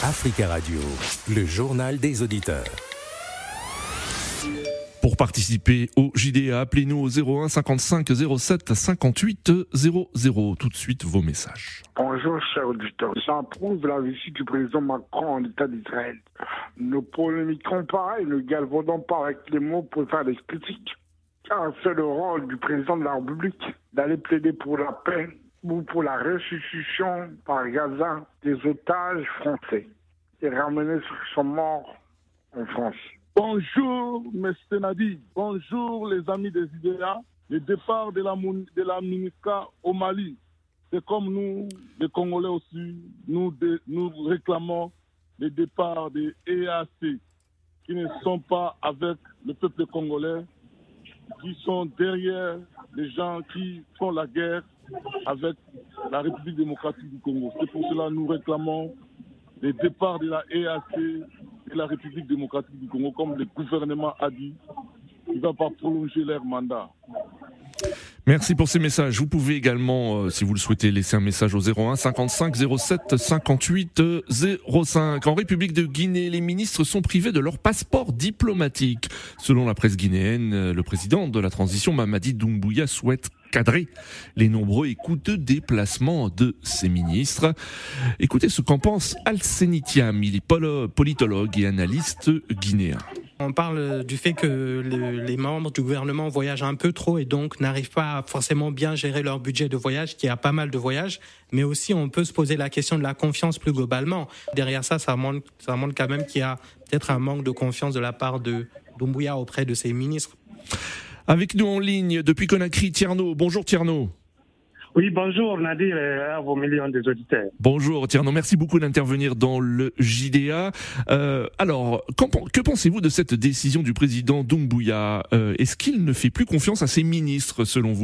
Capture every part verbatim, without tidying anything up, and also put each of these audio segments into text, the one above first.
Africa Radio, le journal des auditeurs. Pour participer au J D A, appelez-nous au zéro un cinquante-cinq zéro sept cinquante-huit zéro zéro. Tout de suite, vos messages. Bonjour, chers auditeurs. J'approuve la visite du président Macron en État d'Israël. Ne polémiquons pas et ne galvaudons pas avec les mots pour faire des critiques. Car c'est le rôle du président de la République d'aller plaider pour la paix ou pour la restitution par Gaza des otages français et ramener ceux qui sont morts en France. Bonjour, M. Nadi. Bonjour, les amis des I D A. Le départ de la, de la MINUSCA au Mali, c'est comme nous, les Congolais aussi, nous, de, nous réclamons le départ des E A C, qui ne sont pas avec le peuple congolais, qui sont derrière les gens qui font la guerre avec la République démocratique du Congo. C'est pour cela que nous réclamons le départ de la E A C et la République démocratique du Congo, comme le gouvernement a dit, il ne va pas prolonger leur mandat. Merci pour ces messages. Vous pouvez également, euh, si vous le souhaitez, laisser un message au zéro un cinquante-cinq zéro sept cinquante-huit zéro cinq. En République de Guinée, les ministres sont privés de leur passeport diplomatique. Selon la presse guinéenne, le président de la transition, Mamadi Doumbouya, souhaite cadrer les nombreux et coûteux déplacements de ses ministres. Écoutez ce qu'en pense Alseni Thiam, il est politologue et analyste guinéen. On parle du fait que le, les membres du gouvernement voyagent un peu trop et donc n'arrivent pas à forcément bien gérer leur budget de voyage, qu'il y a pas mal de voyages, mais aussi on peut se poser la question de la confiance plus globalement. Derrière ça, ça montre, ça montre quand même qu'il y a peut-être un manque de confiance de la part de Doumbouya auprès de ses ministres. Avec nous en ligne depuis Conakry, Tierno. Bonjour Tierno. Oui, bonjour Nadir et à vos millions des auditeurs. Bonjour Tierno, merci beaucoup d'intervenir dans le J D A. Euh, alors, que pensez-vous de cette décision du président Doumbouya ? euh, Est-ce qu'il ne fait plus confiance à ses ministres, selon vous ?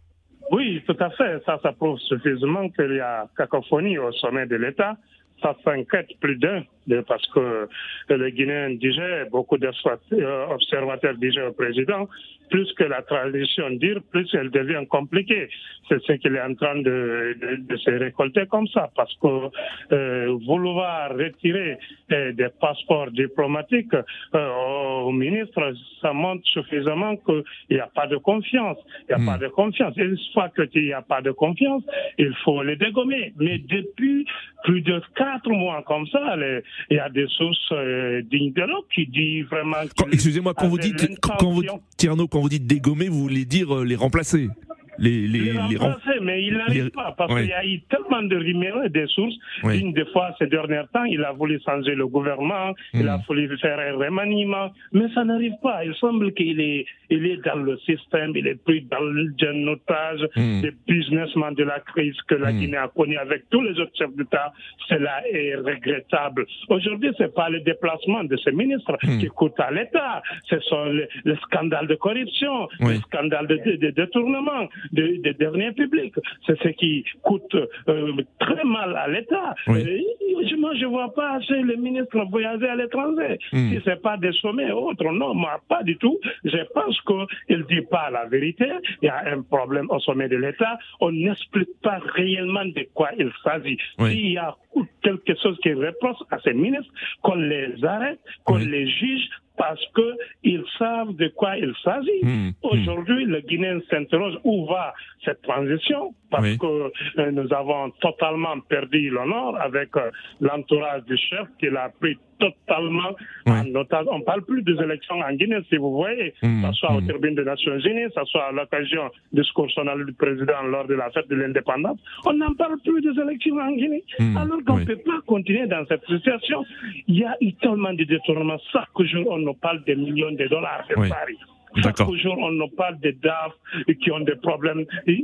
Oui, tout à fait. Ça, ça prouve suffisamment qu'il y a cacophonie au sommet de l'État. Ça s'inquiète plus d'un, parce que les Guinéens disaient, beaucoup d'observateurs disaient au président, plus que la tradition dure, plus elle devient compliquée. C'est ce qu'il est en train de, de, de se récolter comme ça, parce que euh, vouloir retirer euh, des passeports diplomatiques euh, aux ministres, ça montre suffisamment qu'il n'y a pas de confiance. Il n'y a mmh. pas de confiance. Et une fois qu'il n'y a pas de confiance, il faut les dégommer. Mais depuis plus de quatre mois comme ça, les, il y a des sources euh, dignes de l'eau qui disent vraiment... Quand, excusez-moi, quand vous dites, quand vous, Tierno, quand vous dites dégommer, vous voulez dire euh, les remplacer Les, les, les remplacer, les... mais il n'arrive les... pas, parce ouais. qu'il y a eu tellement de rumeurs et des sources. Oui. Une des fois, ces derniers temps, il a voulu changer le gouvernement, mmh. il a voulu faire un remaniement, mais ça n'arrive pas. Il semble qu'il est, il est dans le système, il est pris dans le genotage mmh. des businessmen de la crise que la mmh. Guinée a connue avec tous les autres chefs d'État. Cela est regrettable. Aujourd'hui, ce n'est pas le déplacement de ces ministres mmh. qui coûte à l'État. Ce sont les, les scandales de corruption, oui. les scandales de, de, de détournement. Des de derniers publics. C'est ce qui coûte euh, très mal à l'État. Oui. Euh, moi, je ne vois pas assez les ministres voyager à l'étranger. Mm. Si ce n'est pas des sommets ou autres, non, moi, pas du tout. Je pense qu'il ne dit pas la vérité. Il y a un problème au sommet de l'État. On n'explique pas réellement de quoi il s'agit. Oui. S'il y a quelque chose qui reproche à ces ministres, qu'on les arrête, qu'on oui. les juge, parce qu'ils savent de quoi il s'agit. Mmh, Aujourd'hui, mmh. le Guinéen s'interroge où va cette transition, parce oui. que euh, nous avons totalement perdu l'honneur avec euh, l'entourage du chef qui l'a pris totalement oui. en otage. On ne parle plus des élections en Guinée, si vous voyez, mmh, que ce soit mmh. aux tribunes des Nations Unies, que ce soit à l'occasion du discours sonal du président lors de la fête de l'indépendance. On n'en parle plus des élections en Guinée. Mmh, alors qu'on ne oui. peut pas continuer dans cette situation. Il y a eu tellement de détournements. Chaque jour, on nous parle des millions de dollars de oui. Paris. Chaque jour, on nous parle des D A F qui ont des problèmes.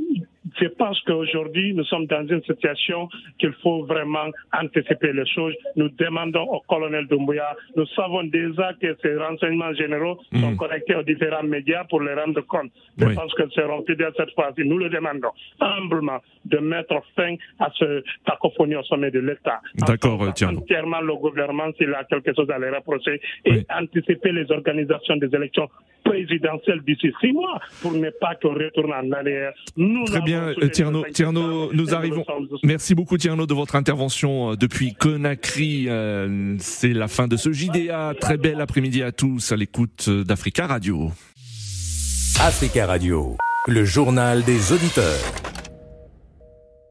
Je pense qu'aujourd'hui, nous sommes dans une situation qu'il faut vraiment anticiper les choses. Nous demandons au colonel Doumbouya, nous savons déjà que ces renseignements généraux mmh. sont connectés aux différents médias pour les rendre compte. Je oui. pense qu'ils seront fidèles cette fois-ci. Nous le demandons humblement de mettre fin à ce cacophonie au sommet de l'État. D'accord, tiens. Entièrement le gouvernement, s'il a quelque chose à les reprocher, et oui. anticiper les organisations des élections présidentielles d'ici six mois pour ne pas qu'on retourne en arrière. Nous Très bien. bien, Tierno, Tierno, nous arrivons. Merci beaucoup, Tierno, de votre intervention depuis Conakry. Euh, c'est la fin de ce J D A. Très bel après-midi à tous à l'écoute d'Africa Radio. Africa Radio, le journal des auditeurs.